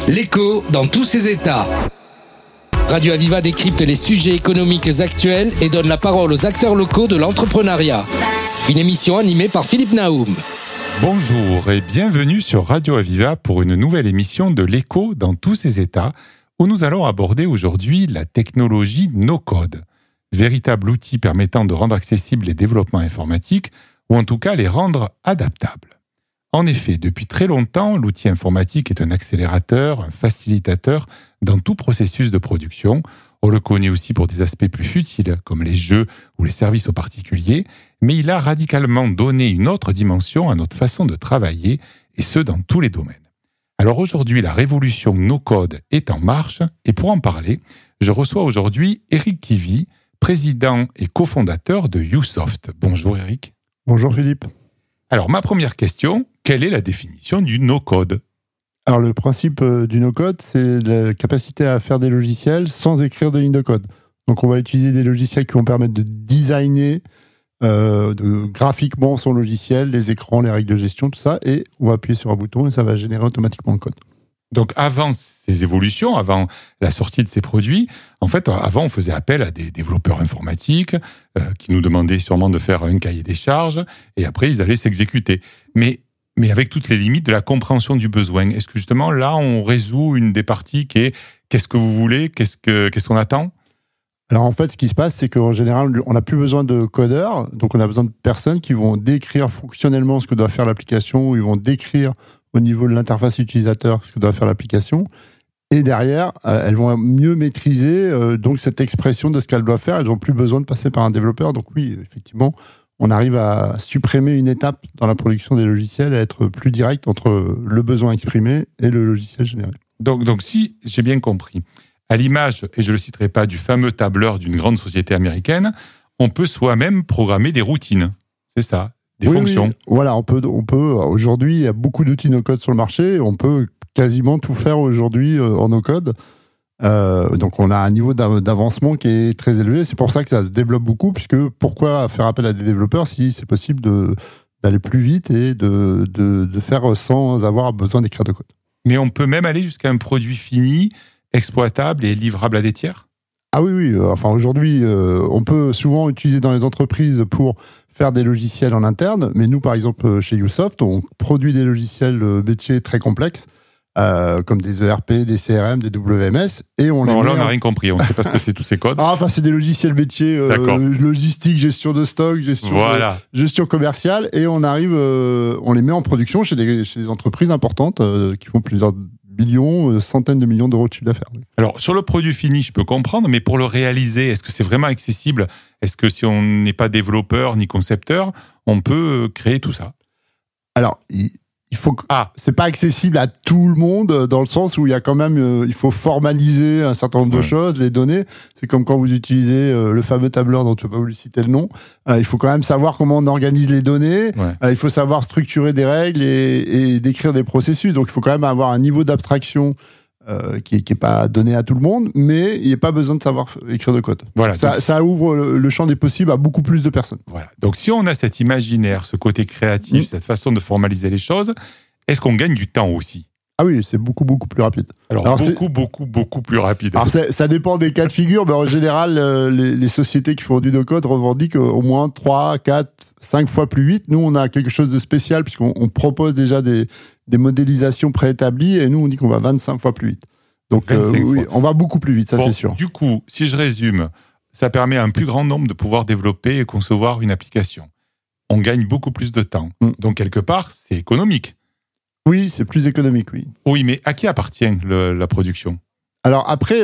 L'écho dans tous ses états. Radio Aviva décrypte les sujets économiques actuels et donne la parole aux acteurs locaux de l'entrepreneuriat. Une émission animée par Philippe Naoum. Bonjour et bienvenue sur Radio Aviva pour une nouvelle émission de l'écho dans tous ses états, où nous allons aborder aujourd'hui la technologie no-code, véritable outil permettant de rendre accessibles les développements informatiques, ou en tout cas les rendre adaptables. En effet, depuis très longtemps, l'outil informatique est un accélérateur, un facilitateur dans tout processus de production. On le connaît aussi pour des aspects plus futiles, comme les jeux ou les services aux particuliers, mais il a radicalement donné une autre dimension à notre façon de travailler, et ce, dans tous les domaines. Alors aujourd'hui, la révolution no-code est en marche, et pour en parler, je reçois aujourd'hui Eric Kivy, président et cofondateur de Usoft. Bonjour Eric. Bonjour Philippe. Alors ma première question, quelle est la définition du no-code ? Alors le principe du no-code, c'est la capacité à faire des logiciels sans écrire de ligne de code. Donc on va utiliser des logiciels qui vont permettre de designer graphiquement son logiciel, les écrans, les règles de gestion, tout ça, et on va appuyer sur un bouton et ça va générer automatiquement le code. Donc avant ces évolutions, avant la sortie de ces produits, en fait, avant on faisait appel à des développeurs informatiques qui nous demandaient sûrement de faire un cahier des charges et après ils allaient s'exécuter. Mais avec toutes les limites de la compréhension du besoin. Est-ce que justement là on résout une des parties qui est qu'est-ce que vous voulez, qu'est-ce qu'on attend ? Alors en fait, ce qui se passe, c'est qu'en général, on n'a plus besoin de codeurs, donc on a besoin de personnes qui vont décrire fonctionnellement ce que doit faire l'application, ou ils vont décrire au niveau de l'interface utilisateur ce que doit faire l'application, et derrière, elles vont mieux maîtriser donc cette expression de ce qu'elles doivent faire. Elles n'ont plus besoin de passer par un développeur. Donc oui, effectivement, on arrive à supprimer une étape dans la production des logiciels, à être plus direct entre le besoin exprimé et le logiciel généré. Donc si j'ai bien compris, à l'image, et je ne le citerai pas, du fameux tableur d'une grande société américaine, on peut soi-même programmer des routines. C'est ça, des fonctions. Oui. Voilà, on peut. Aujourd'hui, il y a beaucoup d'outils no-code sur le marché. On peut quasiment tout faire aujourd'hui en no-code. Donc, on a un niveau d'avancement qui est très élevé. C'est pour ça que ça se développe beaucoup, puisque pourquoi faire appel à des développeurs si c'est possible d'aller plus vite et de faire sans avoir besoin d'écrire de code. Mais on peut même aller jusqu'à un produit fini, exploitable et livrable à des tiers ? Ah oui. Enfin, aujourd'hui, on peut souvent utiliser dans les entreprises pour faire des logiciels en interne. Mais nous, par exemple, chez Usoft, on produit des logiciels métiers très complexes, comme des ERP, des CRM, des WMS. Et on non, là, on n'a rien compris. On ne sait pas ce que c'est tous ces codes. C'est des logiciels métiers, logistique, gestion de stock, gestion commerciale. Et on arrive, on les met en production chez des entreprises importantes qui font plusieurs millions, centaines de millions d'euros de chiffre d'affaires. Oui. Alors, sur le produit fini, je peux comprendre, mais pour le réaliser, est-ce que c'est vraiment accessible ? Est-ce que si on n'est pas développeur ni concepteur, on peut créer tout ça ? Alors, il faut que c'est pas accessible à tout le monde, dans le sens où il y a quand même, il faut formaliser un certain nombre de choses, les données. C'est comme quand vous utilisez le fameux tableur dont je ne vais pas vous citer le nom. Il faut quand même savoir comment on organise les données. Il faut savoir structurer des règles et décrire des processus. Donc, il faut quand même avoir un niveau d'abstraction qui est pas donné à tout le monde, mais il n'y a pas besoin de savoir écrire de code. Voilà, ça ouvre le champ des possibles à beaucoup plus de personnes. Voilà. Donc si on a cet imaginaire, ce côté créatif, cette façon de formaliser les choses, est-ce qu'on gagne du temps aussi ? Ah oui, c'est beaucoup plus rapide. Alors beaucoup plus rapide. Alors ça dépend des cas de figure, mais en général, les sociétés qui font du no-code revendiquent au moins 3, 4, 5 fois plus vite. Nous, on a quelque chose de spécial puisqu'on propose déjà des modélisations préétablies et nous, on dit qu'on va 25 fois plus vite. Donc oui, on va beaucoup plus vite, ça c'est sûr. Du coup, si je résume, ça permet à un plus grand nombre de pouvoir développer et concevoir une application. On gagne beaucoup plus de temps. Donc quelque part, c'est économique. Oui, c'est plus économique, oui. Oui, mais à qui appartient la production ? Alors après,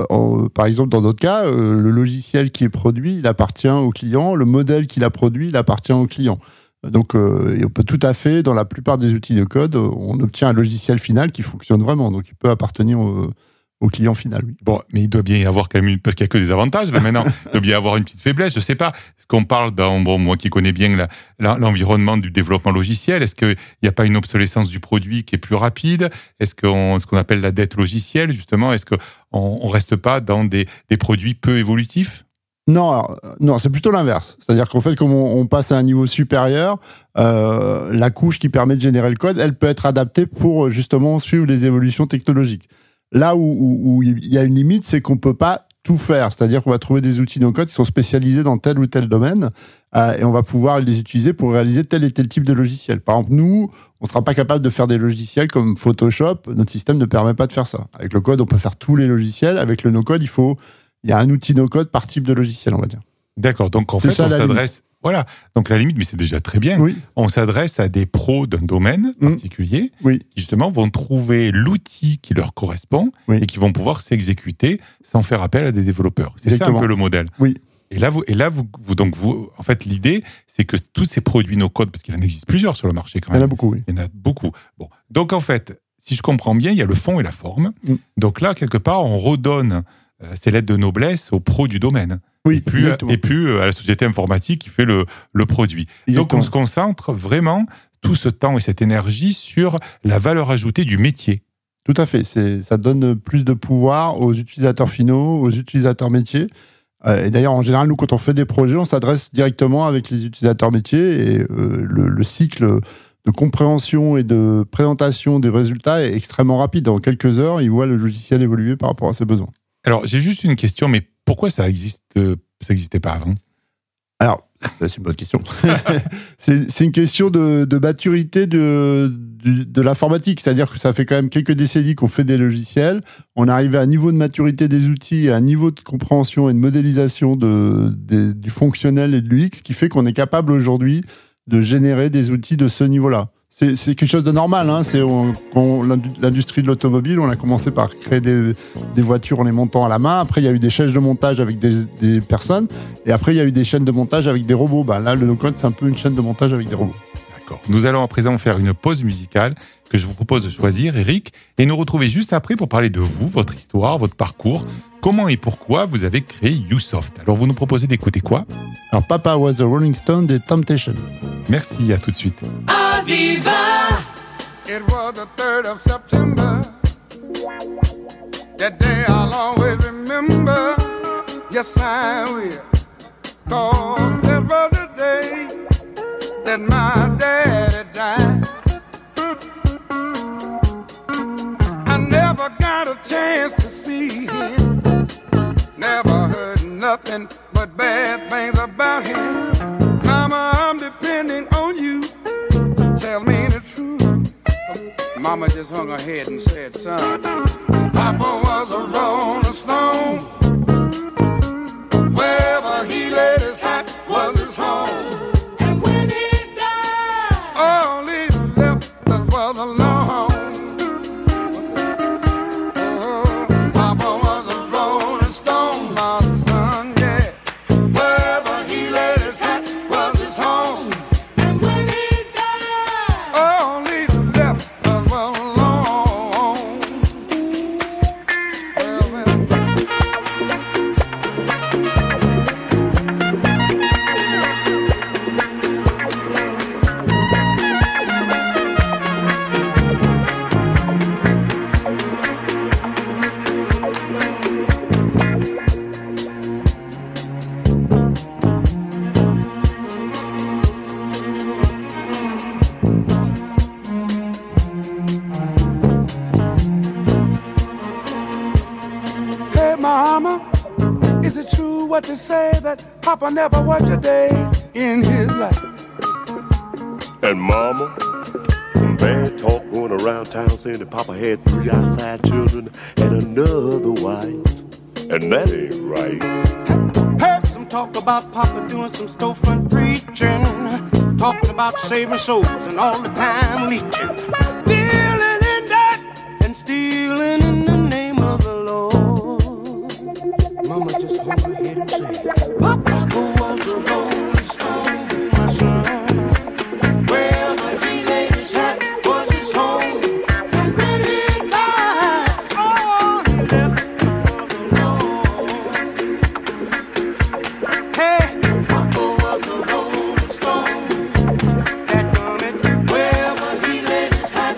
par exemple, dans d'autres cas, le logiciel qui est produit, il appartient au client. Le modèle qu'il a produit, il appartient au client. Donc, on peut tout à fait, dans la plupart des outils de code, on obtient un logiciel final qui fonctionne vraiment. Donc, il peut appartenir au client final, oui. Bon, mais il doit bien y avoir quand même parce qu'il n'y a que des avantages, là, maintenant. Il doit bien y avoir une petite faiblesse, je ne sais pas. Est-ce qu'on parle moi qui connais bien l'environnement du développement logiciel, est-ce qu'il n'y a pas une obsolescence du produit qui est plus rapide ? Est-ce ce qu'on appelle la dette logicielle, justement, est-ce qu'on ne reste pas dans des produits peu évolutifs ? Non, c'est plutôt l'inverse. C'est-à-dire qu'en fait, comme on passe à un niveau supérieur, la couche qui permet de générer le code, elle peut être adaptée pour justement suivre les évolutions technologiques. Là où il y a une limite, c'est qu'on ne peut pas tout faire. C'est-à-dire qu'on va trouver des outils no-code qui sont spécialisés dans tel ou tel domaine et on va pouvoir les utiliser pour réaliser tel et tel type de logiciel. Par exemple, nous, on ne sera pas capable de faire des logiciels comme Photoshop. Notre système ne permet pas de faire ça. Avec le code, on peut faire tous les logiciels. Avec le no-code, il y a un outil no-code par type de logiciel, on va dire. D'accord. Donc, en fait, on s'adresse... Voilà. Donc, la limite, mais c'est déjà très bien. Oui. On s'adresse à des pros d'un domaine particulier qui, justement, vont trouver l'outil qui leur correspond et qui vont pouvoir s'exécuter sans faire appel à des développeurs. C'est Exactement. Ça un peu le modèle. Oui. Et là, en fait, l'idée, c'est que tous ces produits no-code, parce qu'il en existe plusieurs sur le marché quand même. Il y en a beaucoup, oui. Il y en a beaucoup. Bon. Donc, en fait, si je comprends bien, il y a le fond et la forme. Donc là, quelque part, on redonne ces lettres de noblesse aux pros du domaine. Oui, et puis à la société informatique qui fait le produit. Exactement. Donc on se concentre vraiment tout ce temps et cette énergie sur la valeur ajoutée du métier. Tout à fait. Ça donne plus de pouvoir aux utilisateurs finaux, aux utilisateurs métiers. Et d'ailleurs, en général, nous, quand on fait des projets, on s'adresse directement avec les utilisateurs métiers et le cycle de compréhension et de présentation des résultats est extrêmement rapide. En quelques heures, ils voient le logiciel évoluer par rapport à ses besoins. Alors, j'ai juste une question, mais pourquoi ça n'existait pas avant ? Alors, c'est une bonne question. c'est une question de maturité de l'informatique. C'est-à-dire que ça fait quand même quelques décennies qu'on fait des logiciels. On est arrivé à un niveau de maturité des outils, à un niveau de compréhension et de modélisation du fonctionnel et de l'UX qui fait qu'on est capable aujourd'hui de générer des outils de ce niveau-là. C'est quelque chose de normal. Hein. L'industrie de l'automobile, on a commencé par créer des voitures en les montant à la main. Après, il y a eu des chaînes de montage avec des personnes. Et après, il y a eu des chaînes de montage avec des robots. Là, le no-code, c'est un peu une chaîne de montage avec des robots. D'accord. Nous allons à présent faire une pause musicale que je vous propose de choisir, Eric, et nous retrouver juste après pour parler de vous, votre histoire, votre parcours, comment et pourquoi vous avez créé Usoft. Alors, vous nous proposez d'écouter quoi ? Alors, Papa Was a Rolling Stone des Temptations. Merci, à tout de suite. Aviva! It was the 3rd of September. That day I'll always remember. Yes, I will. 'Cause that was the day that my daddy died. I never got a chance to see him. Never heard nothing but bad things about him. Mama, I'm depending on you. Tell me the truth. Mama just hung her head and said, son, Papa was a rolling stone. Wherever he laid his hat was his home. And when he died, all he left us was alone. Oh, Papa was a rolling stone, my son, yeah. Wherever he laid his hat was his home. And when he died, all he left us was alone. Hey, Mama, is it true what they say that Papa never worked a day in his life? And Mama, some bad talk going around town saying that Papa had 3 outside children and another wife. And that ain't right. Heard some talk about Papa doing some storefront preaching, talking about saving souls and all the time leeching, dealing in that and stealing in the name of the Lord. Mama just hung her head and said, Papa was a rolling stone, my son. Wherever he laid his hat was his home. And when he died, all he left was alone. Hey, Papa was a rolling stone. That done it. Wherever he laid his hat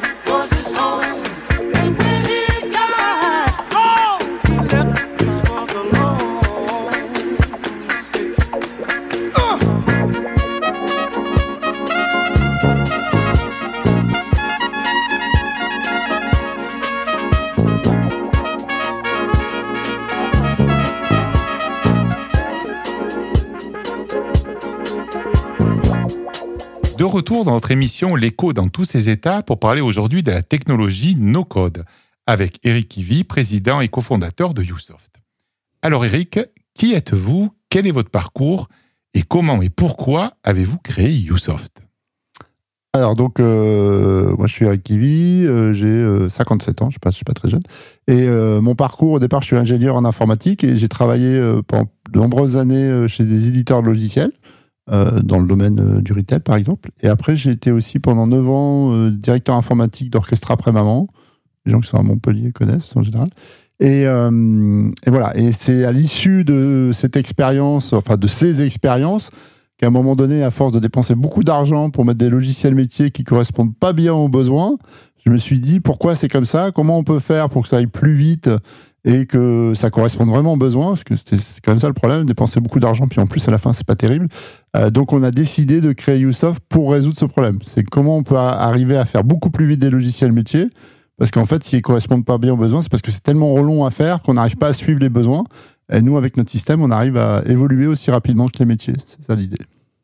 retour dans notre émission L'écho dans tous ses états pour parler aujourd'hui de la technologie no-code avec Eric Ivy, président et cofondateur de Usoft. Alors Eric, qui êtes-vous? Quel est votre parcours? Et comment et pourquoi avez-vous créé Usoft? Alors donc, moi je suis Eric Ivy, j'ai 57 ans, je suis pas très jeune. Et mon parcours, au départ, je suis ingénieur en informatique et j'ai travaillé pendant de nombreuses années chez des éditeurs de logiciels, dans le domaine du retail par exemple. Et après, j'ai été aussi pendant 9 ans directeur informatique d'Orchestra après maman. Les gens qui sont à Montpellier connaissent en général. Et voilà. Et c'est à l'issue de cette expérience, enfin de ces expériences, qu'à un moment donné, à force de dépenser beaucoup d'argent pour mettre des logiciels métiers qui correspondent pas bien aux besoins, je me suis dit pourquoi c'est comme ça, comment on peut faire pour que ça aille plus vite et que ça corresponde vraiment aux besoins, parce que c'est quand même ça le problème, dépenser beaucoup d'argent, puis en plus à la fin c'est pas terrible. Donc on a décidé de créer Usoft pour résoudre ce problème. C'est comment on peut arriver à faire beaucoup plus vite des logiciels métiers, parce qu'en fait s'ils correspondent pas bien aux besoins, c'est parce que c'est tellement long à faire qu'on n'arrive pas à suivre les besoins. Et nous, avec notre système, on arrive à évoluer aussi rapidement que les métiers. C'est ça l'idée.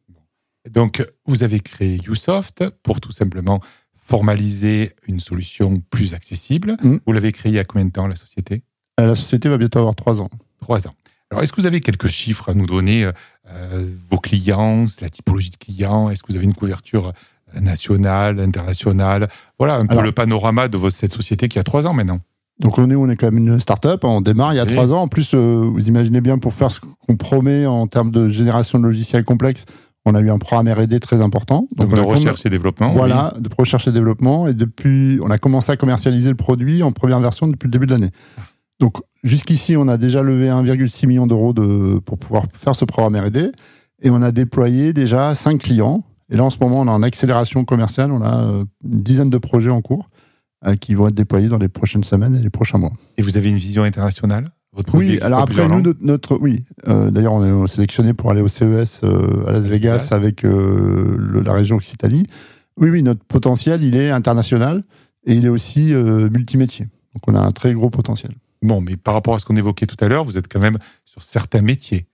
Donc, vous avez créé Usoft pour tout simplement formaliser une solution plus accessible. Vous l'avez créé il y a combien de temps, la société? La société va bientôt avoir 3 ans. 3 ans. Alors, est-ce que vous avez quelques chiffres à nous donner? Vos clients, la typologie de clients? Est-ce que vous avez une couverture nationale, internationale? Voilà, un peu le panorama de cette société qui a 3 ans maintenant. Donc on est quand même une start-up, on démarre il y a 3 ans. En plus, vous imaginez bien, pour faire ce qu'on promet en termes de génération de logiciels complexes, on a eu un programme R&D très important. Donc de recherche et développement. Voilà, de recherche et développement. Et depuis, on a commencé à commercialiser le produit en première version depuis le début de l'année. Donc jusqu'ici, on a déjà levé 1,6 million d'euros pour pouvoir faire ce programme R&D. Et on a déployé déjà 5 clients. Et là, en ce moment, on est en accélération commerciale. On a une dizaine de projets en cours qui vont être déployés dans les prochaines semaines et les prochains mois. Et vous avez une vision internationale? Oui, alors après, nous, d'ailleurs, on est sélectionné pour aller au CES à Las Vegas avec la région Occitanie. Oui, notre potentiel, il est international et il est aussi multimétier. Donc, on a un très gros potentiel. Bon, mais par rapport à ce qu'on évoquait tout à l'heure, vous êtes quand même sur certains métiers.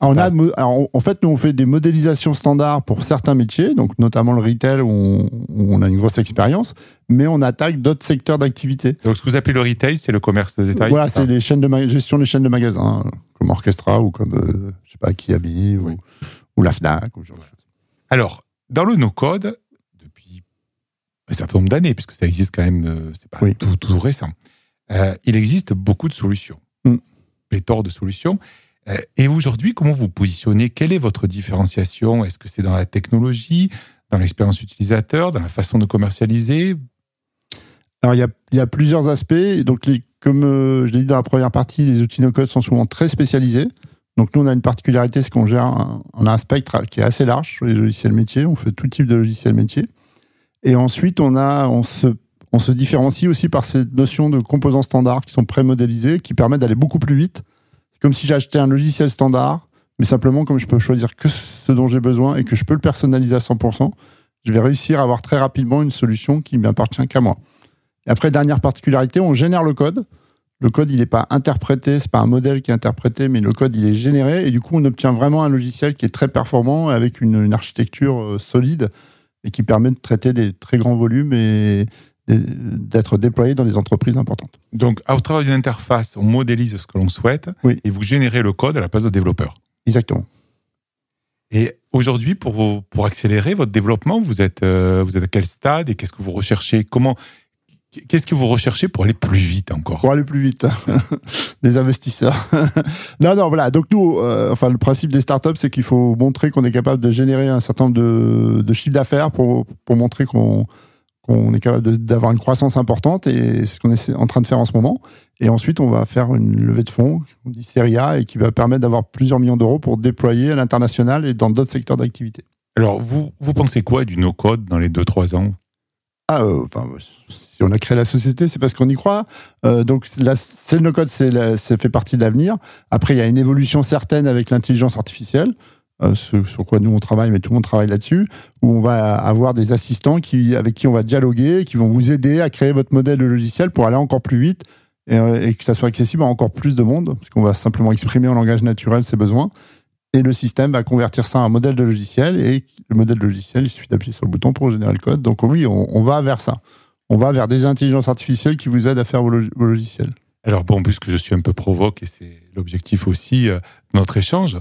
En fait, nous, on fait des modélisations standards pour certains métiers, donc notamment le retail où on a une grosse expérience, mais on attaque d'autres secteurs d'activité. Donc, ce que vous appelez le retail, c'est le commerce de détail? Voilà, c'est les chaînes de gestion des chaînes de magasins, comme Orchestra ou comme, je sais pas, Kiabi ou la Fnac. Ou genre de choses. Alors, dans le no-code, depuis un certain nombre d'années, puisque ça existe quand même, c'est pas tout récent, il existe beaucoup de solutions, pléthore de solutions. Et aujourd'hui, comment vous positionnez? Quelle est votre différenciation? Est-ce que c'est dans la technologie, dans l'expérience utilisateur, dans la façon de commercialiser? Alors, il y a plusieurs aspects. Donc, comme je l'ai dit dans la première partie, les outils no-code sont souvent très spécialisés. Donc, nous, on a une particularité, c'est qu'on gère on a un spectre qui est assez large sur les logiciels métiers. On fait tout type de logiciels métiers. Et ensuite, on se différencie aussi par cette notion de composants standards qui sont pré-modélisés, qui permettent d'aller beaucoup plus vite. Comme si j'achetais un logiciel standard, mais simplement comme je peux choisir que ce dont j'ai besoin et que je peux le personnaliser à 100%, je vais réussir à avoir très rapidement une solution qui ne m'appartient qu'à moi. Et après, dernière particularité, on génère le code. Le code, il n'est pas interprété, c'est pas un modèle qui est interprété, mais le code, il est généré. Et du coup, on obtient vraiment un logiciel qui est très performant avec une architecture solide et qui permet de traiter des très grands volumes et d'être déployé dans des entreprises importantes. Donc, au travers d'une interface, on modélise ce que l'on souhaite et vous générez le code à la place de développeur. Exactement. Et aujourd'hui, pour accélérer votre développement, vous êtes à quel stade et qu'est-ce que vous recherchez? Qu'est-ce que vous recherchez pour aller plus vite encore? Pour aller plus vite, des investisseurs. Non, voilà. Donc nous, le principe des startups, c'est qu'il faut montrer qu'on est capable de générer un certain nombre de chiffres d'affaires pour montrer qu'on est capable d'avoir une croissance importante, et c'est ce qu'on est en train de faire en ce moment. Et ensuite, on va faire une levée de fonds, on dit Série A, et qui va permettre d'avoir plusieurs millions d'euros pour déployer à l'international et dans d'autres secteurs d'activité. Alors, vous pensez quoi du no-code dans les 2-3 ans? Si on a créé la société, c'est parce qu'on y croit. Donc, c'est le no-code, ça fait partie de l'avenir. Après, il y a une évolution certaine avec l'intelligence artificielle. Sur quoi nous on travaille, mais tout le monde travaille là-dessus, où on va avoir des assistants avec qui on va dialoguer, qui vont vous aider à créer votre modèle de logiciel pour aller encore plus vite et que ça soit accessible à encore plus de monde, parce qu'on va simplement exprimer en langage naturel ses besoins. Et le système va convertir ça en un modèle de logiciel. Et le modèle de logiciel, il suffit d'appuyer sur le bouton pour générer le code. Donc oui, on va vers ça. On va vers des intelligences artificielles qui vous aident à faire vos logiciels. Alors bon, puisque je suis un peu provoque, et c'est l'objectif aussi de notre échange,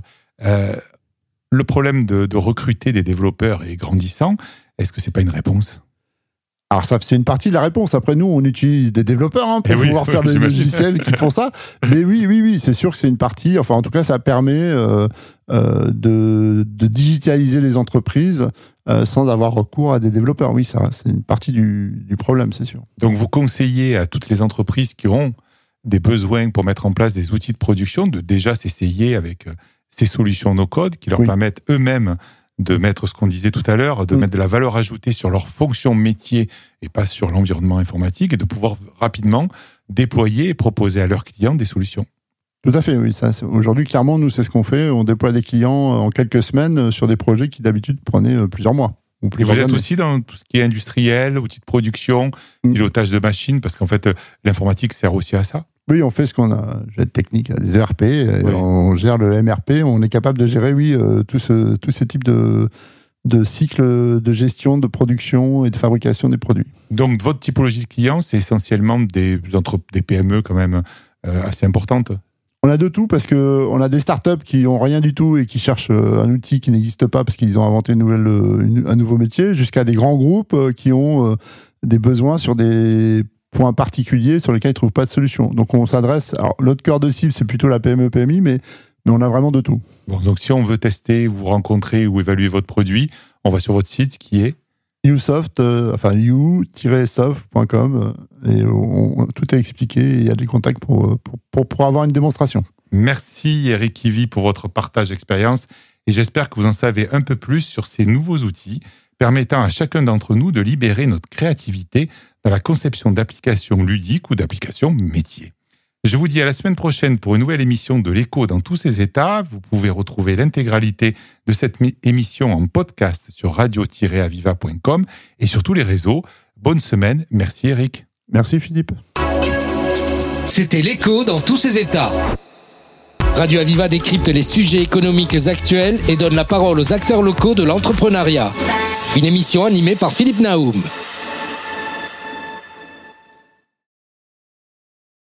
le problème de recruter des développeurs est grandissant. Est-ce que c'est pas une réponse ? Alors ça, c'est une partie de la réponse. Après, nous, on utilise des développeurs pour pouvoir faire des logiciels qui font ça. Mais oui, c'est sûr que c'est une partie. Enfin, en tout cas, ça permet de digitaliser les entreprises sans avoir recours à des développeurs. Oui, ça, c'est une partie du problème, c'est sûr. Donc, vous conseillez à toutes les entreprises qui ont des besoins pour mettre en place des outils de production de déjà s'essayer avec ces solutions no-code qui leur permettent eux-mêmes de mettre ce qu'on disait tout à l'heure, de mettre de la valeur ajoutée sur leur fonction métier et pas sur l'environnement informatique, et de pouvoir rapidement déployer et proposer à leurs clients des solutions. Tout à fait, oui. Aujourd'hui, clairement, nous, c'est ce qu'on fait. On déploie des clients en quelques semaines sur des projets qui, d'habitude, prenaient plusieurs mois. Et vous êtes aussi dans tout ce qui est industriel, outils de production, pilotage de machines, parce qu'en fait, l'informatique sert aussi à ça. Oui, on fait ce qu'on a, j'ai de technique, des ERP, on gère le MRP, on est capable de gérer, tous ces types de cycles de gestion, de production et de fabrication des produits. Donc, votre typologie de clients, c'est essentiellement des PME quand même assez importantes. On a de tout parce que on a des startups qui ont rien du tout et qui cherchent un outil qui n'existe pas parce qu'ils ont inventé un nouveau métier, jusqu'à des grands groupes qui ont des besoins sur des points particuliers sur lesquels ils ne trouvent pas de solution. Donc on s'adresse. Alors notre cœur de cible, c'est plutôt la PME/PMI, mais on a vraiment de tout. Bon, donc si on veut tester, vous rencontrer ou évaluer votre produit, on va sur votre site qui est you-soft, you-soft.com, et tout est expliqué et il y a des contacts pour avoir une démonstration. Merci Eric Kivy pour votre partage d'expérience et j'espère que vous en savez un peu plus sur ces nouveaux outils permettant à chacun d'entre nous de libérer notre créativité dans la conception d'applications ludiques ou d'applications métiers. Je vous dis à la semaine prochaine pour une nouvelle émission de l'Écho dans tous ses états. Vous pouvez retrouver l'intégralité de cette émission en podcast sur radio-aviva.com et sur tous les réseaux. Bonne semaine. Merci Eric. Merci Philippe. C'était l'Écho dans tous ses états. Radio Aviva décrypte les sujets économiques actuels et donne la parole aux acteurs locaux de l'entrepreneuriat. Une émission animée par Philippe Naoum.